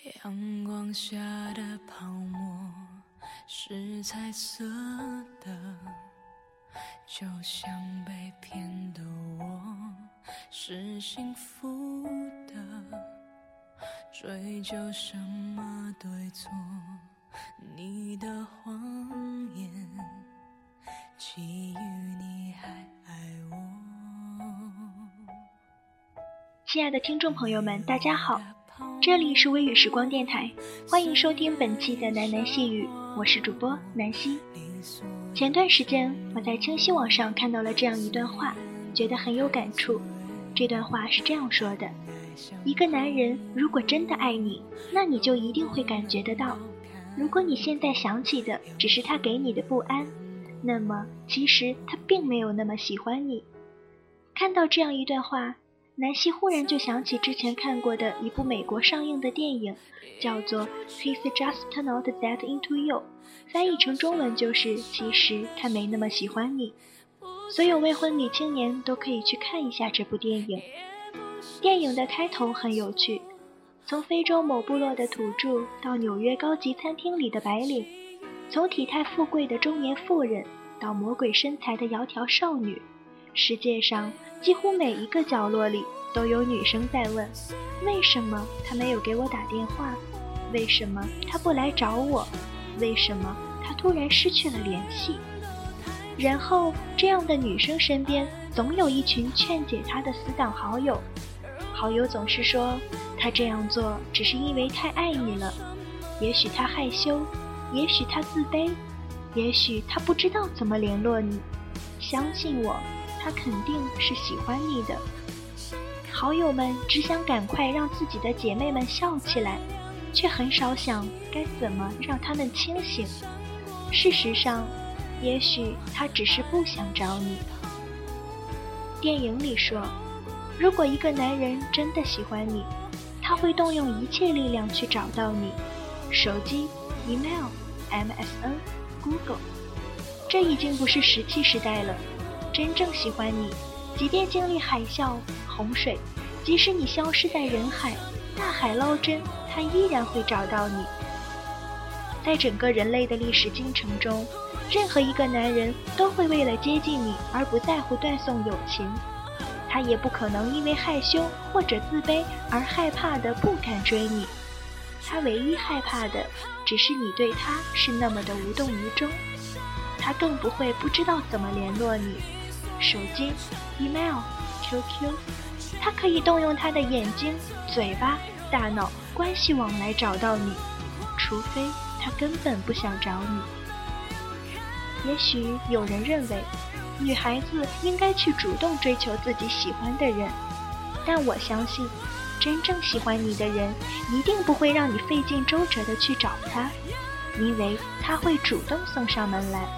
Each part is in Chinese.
阳光下的泡沫是彩色的，就像被骗的我是幸福的，追究什么对错，你的谎言基于你还爱我。 亲爱的听众朋友们，大家好，这里是微雨时光电台，欢迎收听本期的喃喃细语，我是主播南希。前段时间我在清溪网上看到了这样一段话，觉得很有感触。这段话是这样说的：一个男人如果真的爱你，那你就一定会感觉得到。如果你现在想起的只是他给你的不安，那么其实他并没有那么喜欢你。看到这样一段话，南希忽然就想起之前看过的一部美国上映的电影，叫做 He's Just Not That Into You， 翻译成中文就是其实他没那么喜欢你。所有未婚女青年都可以去看一下这部电影。电影的开头很有趣，从非洲某部落的土著到纽约高级餐厅里的白领，从体态富贵的中年妇人到魔鬼身材的窈窕少女，世界上几乎每一个角落里都有女生在问，为什么他没有给我打电话？为什么他不来找我？为什么他突然失去了联系？然后这样的女生身边总有一群劝解她的死党好友，好友总是说她这样做只是因为太爱你了，也许她害羞，也许她自卑，也许她不知道怎么联络你，相信我，她肯定是喜欢你的。好友们只想赶快让自己的姐妹们笑起来，却很少想该怎么让她们清醒。事实上，也许她只是不想找你。电影里说，如果一个男人真的喜欢你，他会动用一切力量去找到你，手机、email、MSN、Google。这已经不是17时代了。真正喜欢你，即便经历海啸、洪水，即使你消失在人海，大海捞针，他依然会找到你。在整个人类的历史进程中，任何一个男人都会为了接近你而不在乎断送友情，他也不可能因为害羞或者自卑而害怕的不敢追你，他唯一害怕的只是你对他是那么的无动于衷。他更不会不知道怎么联络你，手机、email、QQ， 他可以动用他的眼睛、嘴巴、大脑关系网来找到你，除非他根本不想找你。也许有人认为女孩子应该去主动追求自己喜欢的人，但我相信真正喜欢你的人一定不会让你费尽周折地去找他，因为他会主动送上门来。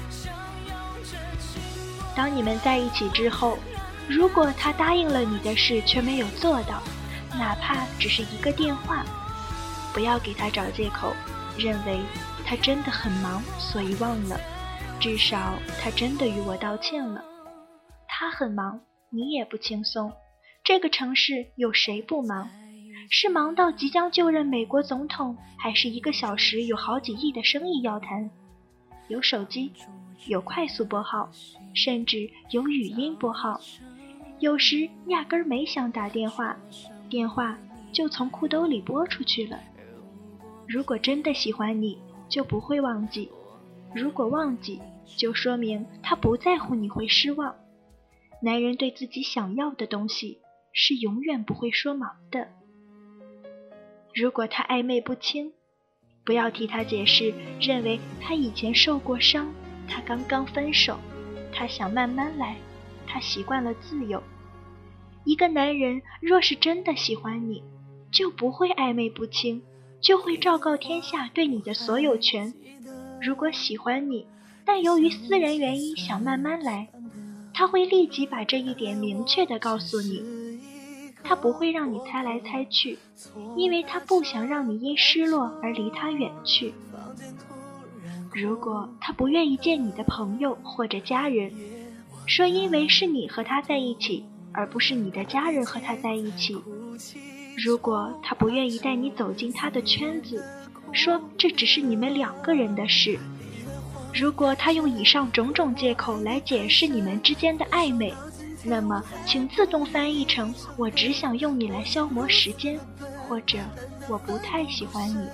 当你们在一起之后，如果他答应了你的事却没有做到，哪怕只是一个电话，不要给他找借口，认为他真的很忙所以忘了，至少他真的与我道歉了。他很忙，你也不轻松，这个城市有谁不忙？是忙到即将就任美国总统，还是1个小时有好几亿的生意要谈？有手机，有快速拨号，甚至有语音拨号，有时压根儿没想打电话，电话就从裤兜里拨出去了。如果真的喜欢你，就不会忘记，如果忘记，就说明他不在乎你会失望。男人对自己想要的东西是永远不会说忙的。如果他暧昧不清，不要替他解释，认为他以前受过伤，他刚刚分手，他想慢慢来，他习惯了自由。一个男人若是真的喜欢你，就不会暧昧不清，就会昭告天下对你的所有权。如果喜欢你，但由于私人原因想慢慢来，他会立即把这一点明确地告诉你。他不会让你猜来猜去，因为他不想让你因失落而离他远去。如果他不愿意见你的朋友或者家人，说因为是你和他在一起，而不是你的家人和他在一起， 如果他不愿意带你走进他的圈子，说这只是你们2个人的事，如果他用以上种种借口来解释你们之间的暧昧，那么请自动翻译成我只想用你来消磨时间，或者我不太喜欢你。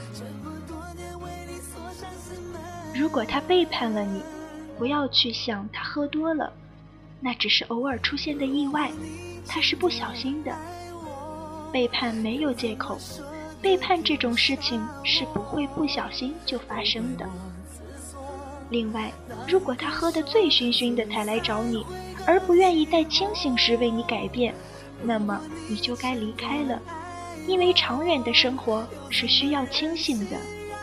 如果他背叛了你，不要去想他喝多了，那只是偶尔出现的意外，他是不小心的。背叛没有借口，背叛这种事情是不会不小心就发生的。另外，如果他喝得醉醺醺的才来找你，而不愿意在清醒时为你改变，那么你就该离开了，因为长远的生活是需要清醒的。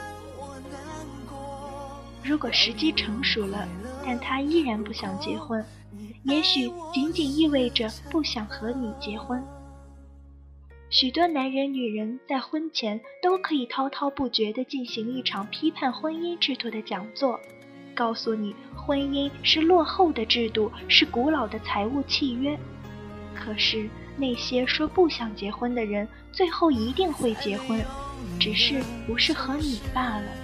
如果时机成熟了，但他依然不想结婚，也许仅仅意味着不想和你结婚。许多男人女人在婚前都可以滔滔不绝地进行一场批判婚姻制度的讲座，告诉你婚姻是落后的制度，是古老的财务契约。可是那些说不想结婚的人，最后一定会结婚，只是不是和你罢了。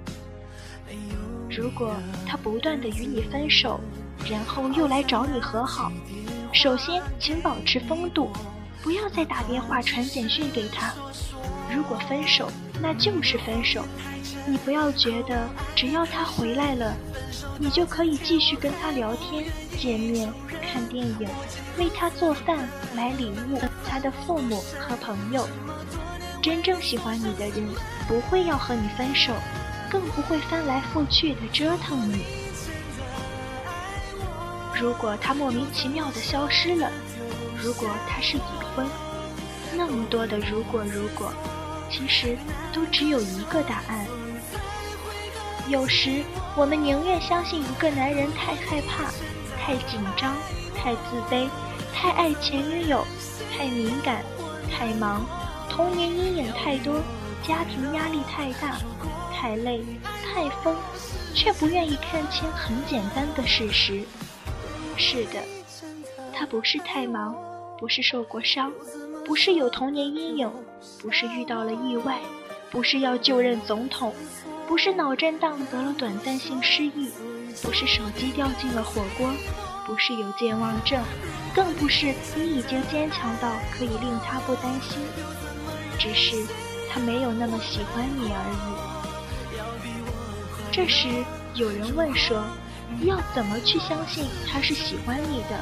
如果他不断地与你分手，然后又来找你和好，首先请保持风度，不要再打电话传简讯给他。如果分手，那就是分手，你不要觉得只要他回来了，你就可以继续跟他聊天、见面、看电影，为他做饭、买礼物，他的父母和朋友。真正喜欢你的人不会要和你分手，更不会翻来覆去的折腾你。如果他莫名其妙的消失了，如果他是已婚，那么多的如果，其实都只有一个答案。有时我们宁愿相信一个男人太害怕、太紧张、太自卑、太爱前女友、太敏感、太忙、童年阴影太多、家庭压力太大、太累、太疯，却不愿意看清很简单的事实。是的，他不是太忙，不是受过伤，不是有童年阴影，不是遇到了意外，不是要就任总统，不是脑震荡得了短暂性失忆，不是手机掉进了火锅，不是有健忘症，更不是你已经坚强到可以令他不担心，只是他没有那么喜欢你而已。这时有人问说，要怎么去相信他是喜欢你的？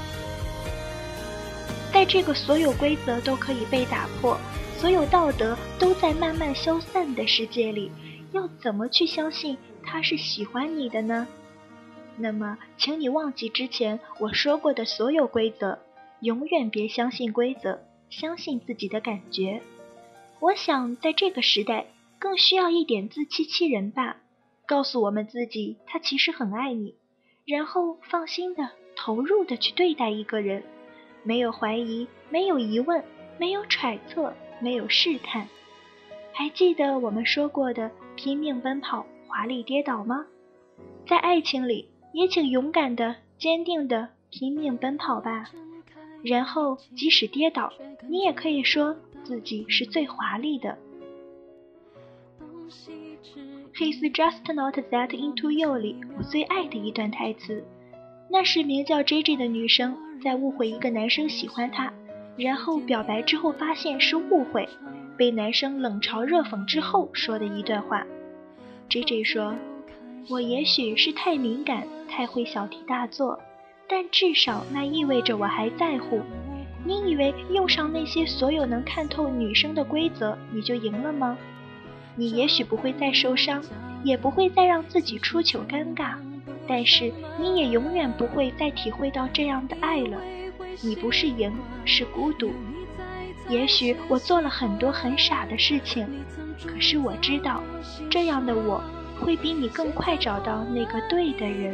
在这个所有规则都可以被打破，所有道德都在慢慢消散的世界里，要怎么去相信他是喜欢你的呢？那么请你忘记之前我说过的所有规则，永远别相信规则，相信自己的感觉。我想在这个时代更需要一点自欺欺人吧，告诉我们自己他其实很爱你，然后放心的投入的去对待一个人，没有怀疑，没有疑问，没有揣测，没有试探。还记得我们说过的拼命奔跑，华丽跌倒吗？在爱情里也请勇敢的、坚定的拼命奔跑吧，然后即使跌倒，你也可以说自己是最华丽的。He's just not that into you 里我最爱的一段台词，那是名叫 JJ 的女生在误会一个男生喜欢她，然后表白之后发现是误会，被男生冷嘲热讽之后说的一段话。 JJ 说，我也许是太敏感，太会小题大做，但至少那意味着我还在乎。你以为用上那些所有能看透女生的规则你就赢了吗？你也许不会再受伤，也不会再让自己出糗尴尬，但是你也永远不会再体会到这样的爱了。你不是赢，是孤独。也许我做了很多很傻的事情，可是我知道，这样的我会比你更快找到那个对的人。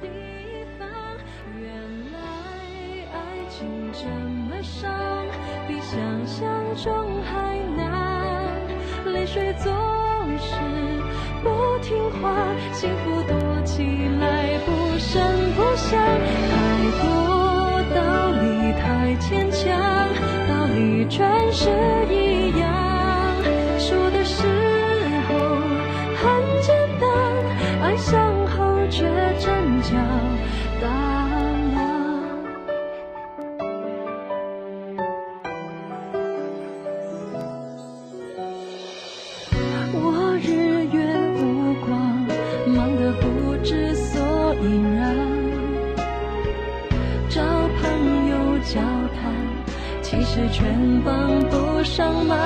这么伤，比想象中还难，泪水总是不听话，幸福躲起来不声不响，太多道理太牵强，道理全是一全帮不上忙，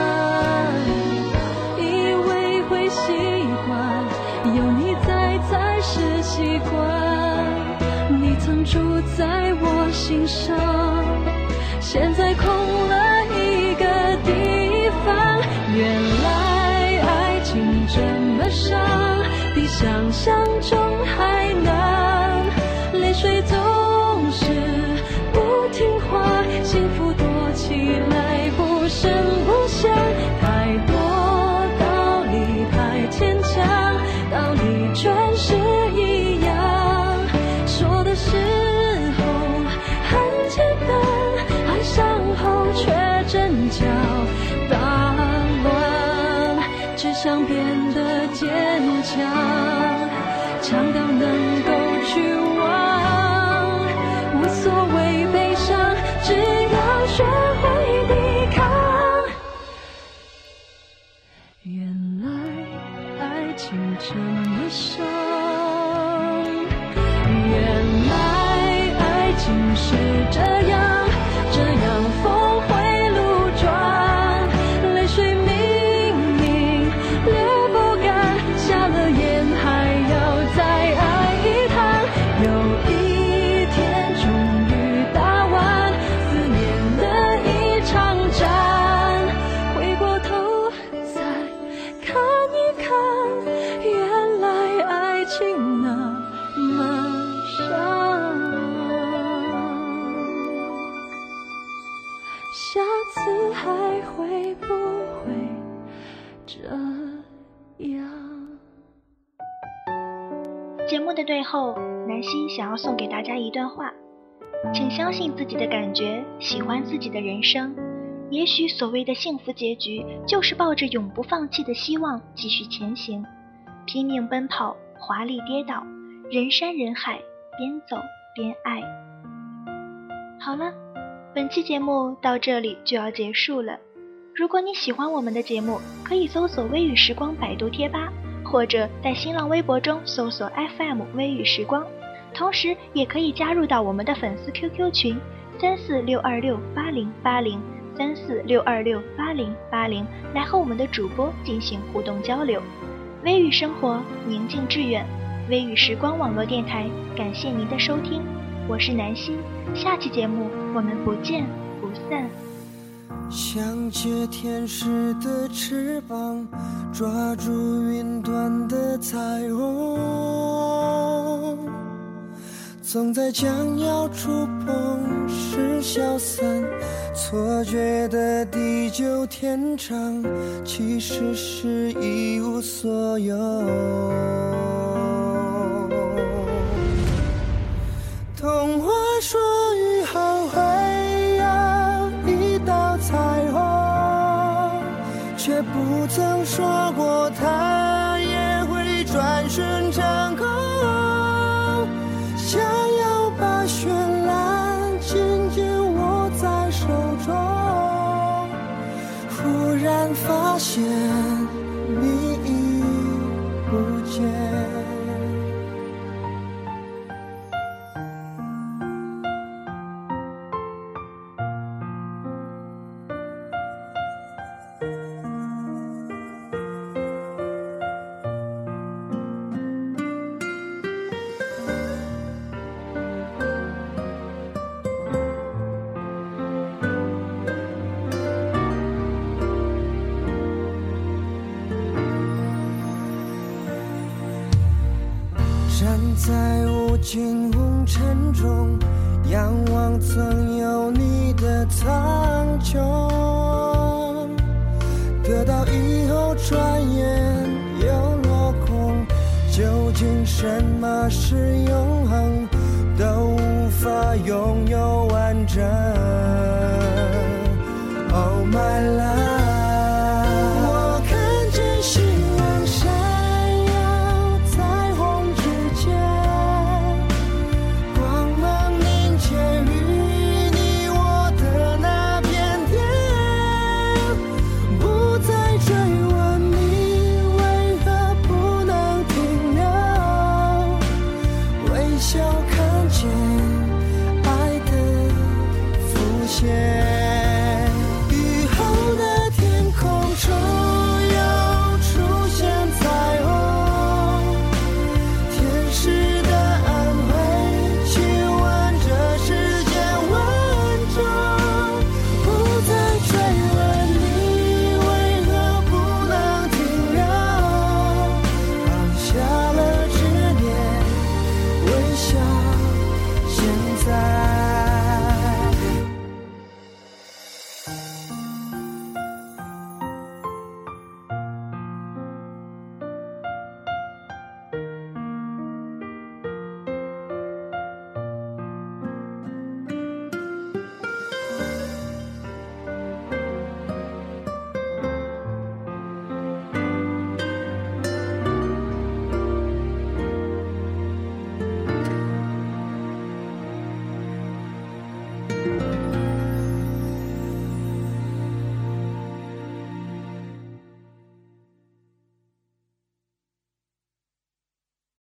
以为会习惯，有你在才是习惯，你曾住在我心上，现在空了一个地方。原来爱情这么伤，比想象中还难，泪水总是不听话，幸福躲起来不声不响，太多道理太牵强，道理全是一样，说的时候很简单，爱上后却真叫大乱，只想变得坚强，强到能够去忘，无所谓悲伤，只要学会抵抗。原来爱情这么伤，原来爱情是这样，这样峰回路转，泪水明明流不干，下了眼还要再爱一趟，有一天终于打完思念的一场战，回过头再看一看，原来爱情那么伤，下次还会不会这样？ 节目的最后，南希想要送给大家一段话，请相信自己的感觉，喜欢自己的人生。也许所谓的幸福结局，就是抱着永不放弃的希望继续前行，拼命奔跑，华丽跌倒，人山人海，边走边爱。好了，本期节目到这里就要结束了。如果你喜欢我们的节目，可以搜索微雨时光百度贴吧，或者在新浪微博中搜索 FM 微雨时光，同时也可以加入到我们的粉丝 QQ 群346268080 346268080，来和我们的主播进行互动交流。微雨生活，宁静致远，微雨时光网络电台，感谢您的收听，我是南希，下期节目我们不见不散。 像借天使的翅膀，抓住云端的彩虹，总在将要触碰时消散，错觉的地久天长，其实是一无所有。童话说雨后会有一道彩虹，却不曾说过它也会转瞬成空。想要把绚烂紧紧握在手中，忽然发现你已不见。站在无尽红尘中，仰望曾有你的苍穹，得到以后转眼又落空，究竟什么是永恒，都无法拥有完整。